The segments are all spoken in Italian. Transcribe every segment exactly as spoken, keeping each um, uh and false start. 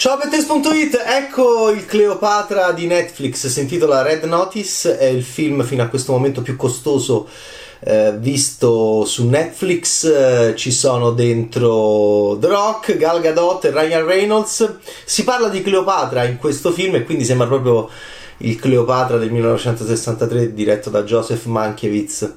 Ciao Bettes punto it, ecco il Cleopatra di Netflix, si intitola Red Notice, è il film fino a questo momento più costoso eh, visto su Netflix. Eh, ci sono dentro The Rock, Gal Gadot e Ryan Reynolds. Si parla di Cleopatra in questo film e quindi sembra proprio il Cleopatra del millenovecentosessantatré diretto da Joseph Mankiewicz,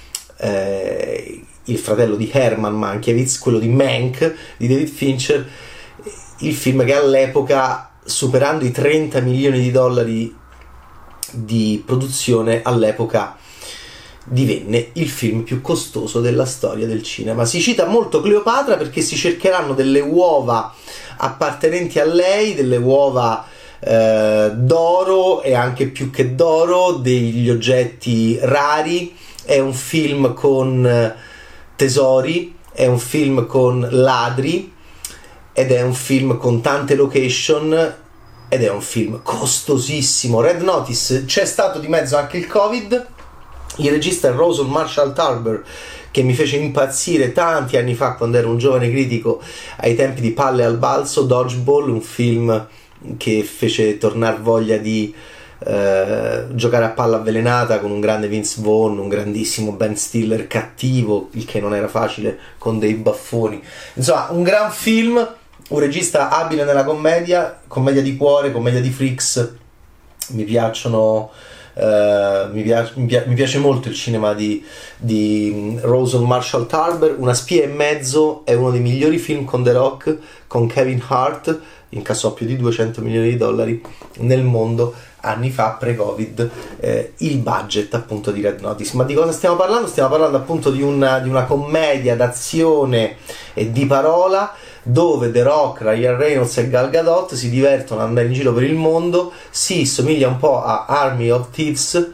eh, il fratello di Herman Mankiewicz, quello di Mank di David Fincher. Il film che all'epoca, superando i trenta milioni di dollari di produzione, all'epoca divenne il film più costoso della storia del cinema. Si cita molto Cleopatra perché si cercheranno delle uova appartenenti a lei, delle uova eh, d'oro e anche più che d'oro, degli oggetti rari. È un film con tesori, è un film con ladri, ed è un film con tante location ed è un film costosissimo. Red Notice, c'è stato di mezzo anche il Covid. Il regista è Rosario Marshall Tarver, che mi fece impazzire tanti anni fa quando ero un giovane critico ai tempi di Palle al balzo, Dodgeball, un film che fece tornar voglia di eh, giocare a palla avvelenata, con un grande Vince Vaughn, un grandissimo Ben Stiller cattivo, il che non era facile, con dei baffoni. Insomma, un gran film. Un regista abile nella commedia, commedia di cuore, commedia di freaks. Mi piacciono, uh, mi, piace, mi, piace, mi piace molto il cinema di, di Rosario Marshall Tarver. Una spia e mezzo è uno dei migliori film con The Rock, con Kevin Hart, incassò più di duecento milioni di dollari nel mondo anni fa, pre-Covid, eh, il budget appunto di Red Notice. Ma di cosa stiamo parlando? Stiamo parlando appunto di una, di una commedia d'azione e di parola, dove The Rock, Ryan Reynolds e Gal Gadot si divertono ad andare in giro per il mondo. Si somiglia un po' a Army of Thieves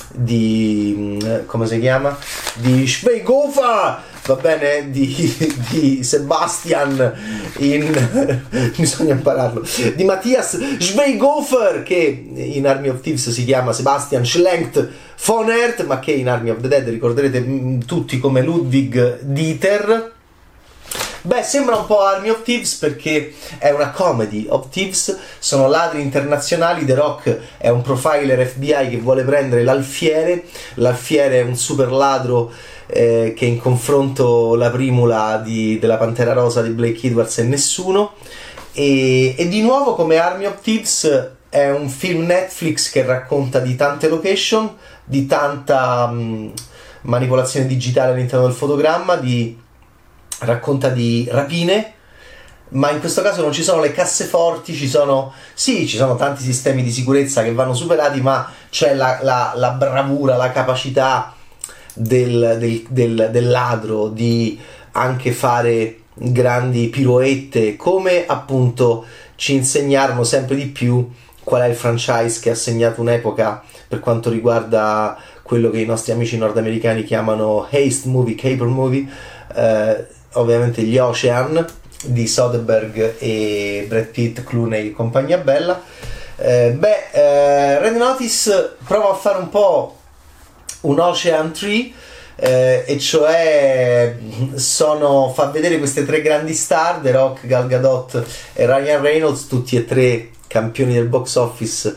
di, come si chiama? Di Schweighöfer, va bene, di, di Sebastian in bisogna impararlo, di Matthias Schweighöfer, che in Army of Thieves si chiama Sebastian Schlenkt von Ert, ma che in Army of the Dead ricorderete tutti come Ludwig Dieter. Beh, sembra un po' Army of Thieves perché è una comedy of thieves, sono ladri internazionali. The Rock è un profiler F B I che vuole prendere l'alfiere. L'alfiere è un super ladro eh, che in confronto la primula di, della Pantera Rosa di Blake Edwards è nessuno. E, e di nuovo, come Army of Thieves, è un film Netflix che racconta di tante location, di tanta mh, manipolazione digitale all'interno del fotogramma, di racconta di rapine, ma in questo caso non ci sono le casseforti, ci sono, sì, ci sono tanti sistemi di sicurezza che vanno superati, ma c'è la, la, la bravura, la capacità del, del, del, del ladro di anche fare grandi piroette, come appunto ci insegnarono sempre di più qual è il franchise che ha segnato un'epoca per quanto riguarda quello che i nostri amici nordamericani chiamano haste movie, caper movie, eh, ovviamente gli Ocean di Soderbergh e Brad Pitt, Clooney e compagnia bella. Eh, beh, eh, Red Notice prova a fare un po' un Ocean tre, eh, e cioè sono, fa vedere queste tre grandi star, The Rock, Gal Gadot e Ryan Reynolds, tutti e tre campioni del box office,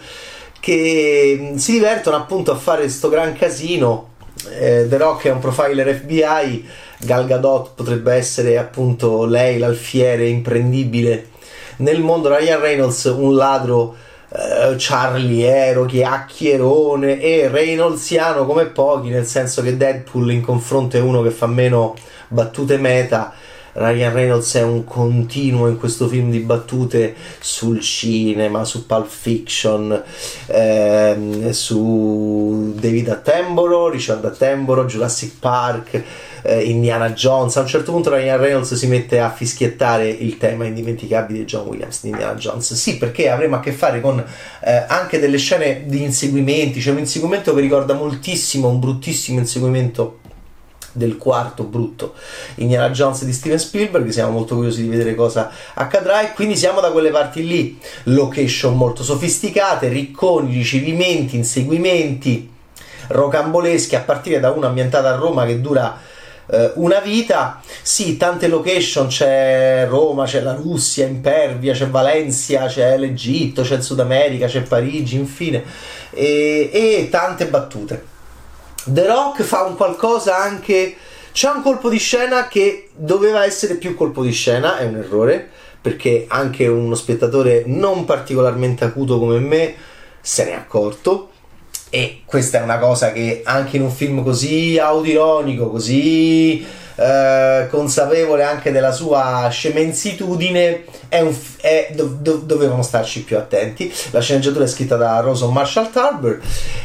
che si divertono appunto a fare sto gran casino. eh, The Rock è un profiler F B I, Gal Gadot potrebbe essere appunto lei l'alfiere imprendibile nel mondo, Ryan Reynolds un ladro eh, charliero, chiacchierone e reynoldziano come pochi, nel senso che Deadpool in confronto è uno che fa meno battute meta. Ryan Reynolds è un continuo in questo film di battute sul cinema, su Pulp Fiction, ehm, su David Attenborough, Richard Attenborough, Jurassic Park, eh, Indiana Jones. A un certo punto Ryan Reynolds si mette a fischiettare il tema indimenticabile di John Williams di Indiana Jones. Sì, perché avremo a che fare con eh, anche delle scene di inseguimenti. C'è un inseguimento che ricorda moltissimo un bruttissimo inseguimento del quarto brutto Indiana Jones di Steven Spielberg. Siamo molto curiosi di vedere cosa accadrà, e quindi siamo da quelle parti lì, location molto sofisticate, ricconi, ricevimenti, inseguimenti rocamboleschi, a partire da una ambientata a Roma che dura eh, una vita. Sì, tante location, c'è Roma, c'è la Russia, Impervia, c'è Valencia, c'è l'Egitto, c'è il Sud America, c'è Parigi, infine, e, e tante battute. The Rock fa un qualcosa anche, c'è un colpo di scena che doveva essere più colpo di scena, è un errore, perché anche uno spettatore non particolarmente acuto come me se ne è accorto, e questa è una cosa che anche in un film così autironico, così eh, consapevole anche della sua scemenzitudine, è un, è, do, do, dovevano starci più attenti. La sceneggiatura è scritta da Roson Marshall Tarver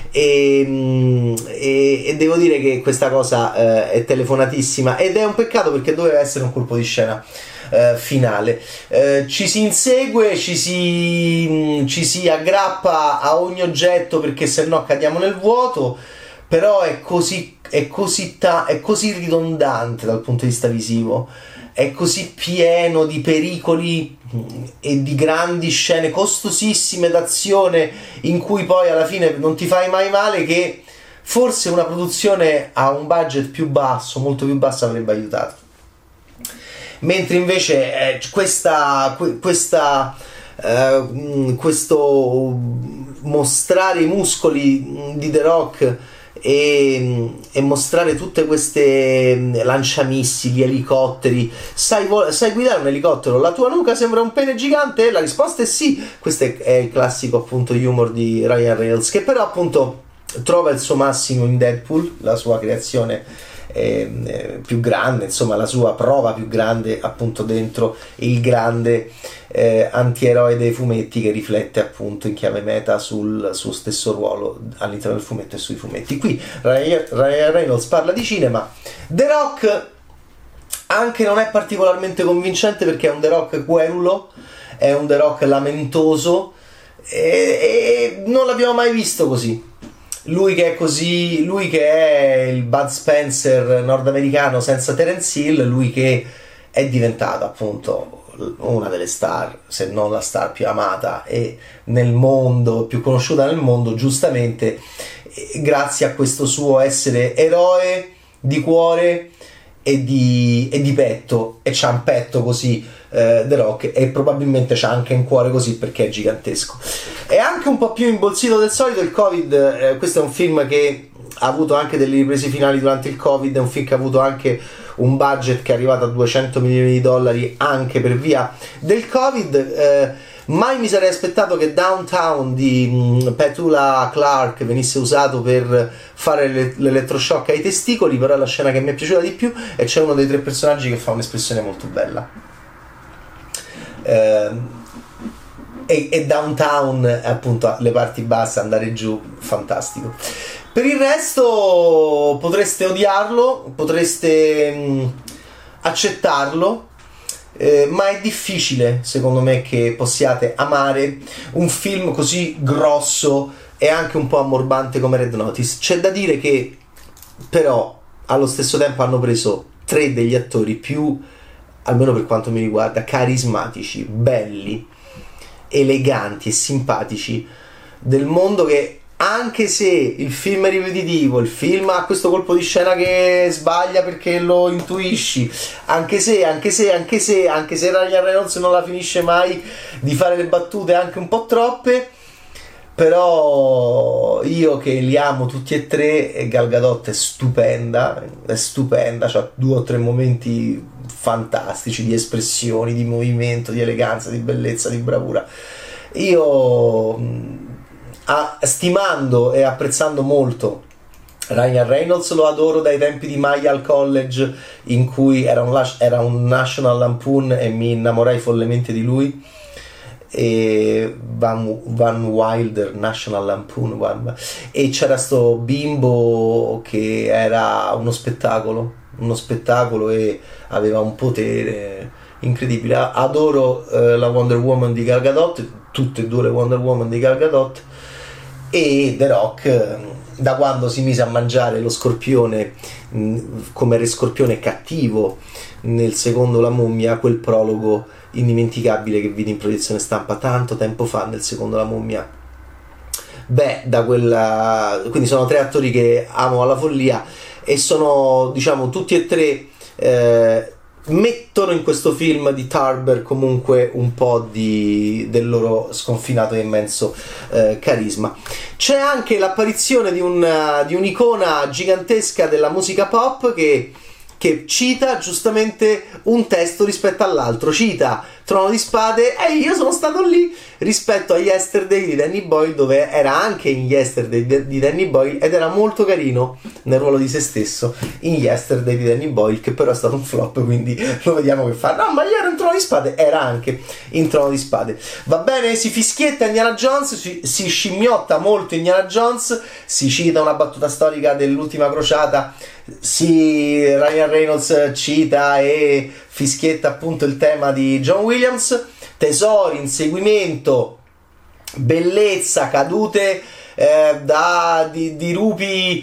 e, e, e devo dire che questa cosa eh, è telefonatissima, ed è un peccato perché doveva essere un colpo di scena Uh, finale. Uh, ci si insegue, ci si, ci si aggrappa a ogni oggetto perché se no cadiamo nel vuoto, però è così, è così, ta- è così ridondante dal punto di vista visivo, è così pieno di pericoli e di grandi scene costosissime d'azione in cui poi alla fine non ti fai mai male, che forse una produzione a un budget più basso, molto più basso, avrebbe aiutato. Mentre invece eh, questa, questa eh, questo mostrare i muscoli di The Rock e, e mostrare tutte queste lanciamissili, elicotteri, sai, sai guidare un elicottero? La tua nuca sembra un pene gigante? La risposta è sì. Questo è, è il classico appunto humor di Ryan Reynolds, che però appunto trova il suo massimo in Deadpool, la sua creazione Eh, eh, più grande, insomma la sua prova più grande appunto dentro il grande eh, antieroe dei fumetti, che riflette appunto in chiave meta sul suo stesso ruolo all'interno del fumetto e sui fumetti. Qui Ryan, Ryan Reynolds parla di cinema. The Rock anche non è particolarmente convincente, perché è un The Rock querulo, è un The Rock lamentoso, e, e non l'abbiamo mai visto così. Lui che è così, lui che è il Bud Spencer nordamericano senza Terence Hill, lui che è diventato appunto una delle star, se non la star più amata e nel mondo, più conosciuta nel mondo, giustamente grazie a questo suo essere eroe di cuore e di, e di petto, e c'ha un petto così eh, The Rock, e probabilmente c'ha anche un cuore così perché è gigantesco. È anche un po' più imbolsito del solito. Il Covid, eh, questo è un film che ha avuto anche delle riprese finali durante il Covid, è un film che ha avuto anche un budget che è arrivato a duecento milioni di dollari anche per via del Covid. eh, Mai mi sarei aspettato che Downtown di mh, Petula Clark venisse usato per fare le, l'elettroshock ai testicoli, però è la scena che mi è piaciuta di più, e c'è uno dei tre personaggi che fa un'espressione molto bella. Eh, e, e Downtown, appunto, le parti basse, andare giù, fantastico. Per il resto potreste odiarlo, potreste mh, accettarlo, Eh, ma è difficile secondo me che possiate amare un film così grosso e anche un po' ammorbante come Red Notice. C'è da dire che però allo stesso tempo hanno preso tre degli attori più, almeno per quanto mi riguarda, carismatici, belli, eleganti e simpatici del mondo, che anche se il film è ripetitivo, il film ha questo colpo di scena che sbaglia perché lo intuisci, anche se, anche se, anche se, anche se Ryan Reynolds non la finisce mai di fare le battute anche un po' troppe, però io che li amo tutti e tre, e Gal Gadot è stupenda, è stupenda, c'ha due o tre momenti fantastici di espressioni, di movimento, di eleganza, di bellezza, di bravura. Io... Ah, stimando e apprezzando molto Ryan Reynolds, lo adoro dai tempi di Maya al college, in cui era un, era un National Lampoon e mi innamorai follemente di lui, e Van, Van Wilder, National Lampoon, Van, e c'era sto bimbo che era uno spettacolo, uno spettacolo e aveva un potere incredibile. Adoro eh, la Wonder Woman di Gal Gadot, tutte e due le Wonder Woman di Gal Gadot. E The Rock, da quando si mise a mangiare lo scorpione mh, come re scorpione cattivo nel secondo La Mummia, quel prologo indimenticabile che vidi in proiezione stampa tanto tempo fa nel secondo La Mummia, beh, da quella, quindi sono tre attori che amo alla follia, e sono, diciamo, tutti e tre eh, mettono in questo film di Tarver comunque un po' di, del loro sconfinato e immenso eh, carisma. C'è anche l'apparizione di, un, di un'icona gigantesca della musica pop che, che cita giustamente un testo rispetto all'altro, cita Trono di Spade e io sono stato lì rispetto a Yesterday di Danny Boyle, dove era anche in Yesterday di Danny Boyle ed era molto carino nel ruolo di se stesso in Yesterday di Danny Boyle, che però è stato un flop, quindi lo vediamo che fa. No, ma io ero in Trono di Spade, era anche in Trono di Spade. Va bene, si fischietta Indiana Jones, si, si scimmiotta molto Indiana Jones, si cita una battuta storica dell'Ultima Crociata, si Ryan Reynolds cita e fischietta appunto il tema di John Williams, tesori, inseguimento, bellezza, cadute eh, da, di, di rupi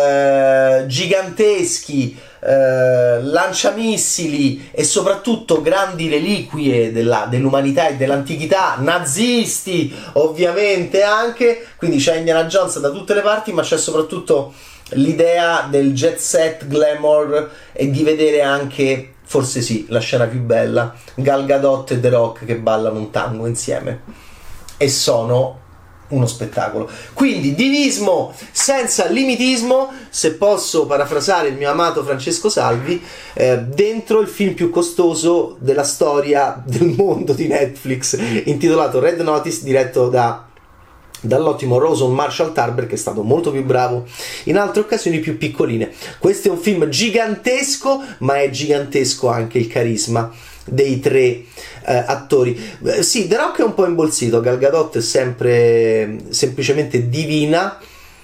eh, giganteschi, eh, lanciamissili e soprattutto grandi reliquie della, dell'umanità e dell'antichità, nazisti ovviamente anche, quindi c'è Indiana Jones da tutte le parti, ma c'è soprattutto l'idea del jet set, glamour e di vedere anche, forse sì, la scena più bella, Gal Gadot e The Rock che ballano un tango insieme e sono uno spettacolo. Quindi divismo senza limitismo, se posso parafrasare il mio amato Francesco Salvi, eh, dentro il film più costoso della storia del mondo di Netflix, intitolato Red Notice, diretto da dall'ottimo Roson Marshall Tarver, che è stato molto più bravo in altre occasioni più piccoline. Questo è un film gigantesco, ma è gigantesco anche il carisma dei tre eh, attori. Eh, sì, The Rock è un po' imbolsito, Gal Gadot è sempre semplicemente divina,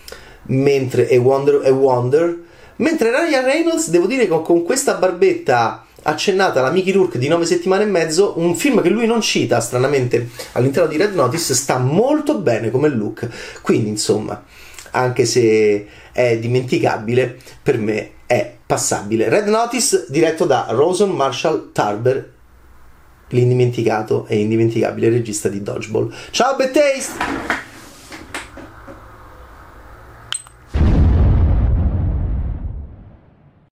mentre è Wonder, è Wonder mentre Ryan Reynolds, devo dire che con questa barbetta accennata alla Mickey Rourke di nove settimane e mezzo, un film che lui non cita stranamente all'interno di Red Notice, sta molto bene come look, quindi insomma, anche se è dimenticabile, per me è passabile. Red Notice diretto da Roson Marshall Tarver, l'indimenticato e indimenticabile regista di Dodgeball. Ciao Bad Taste!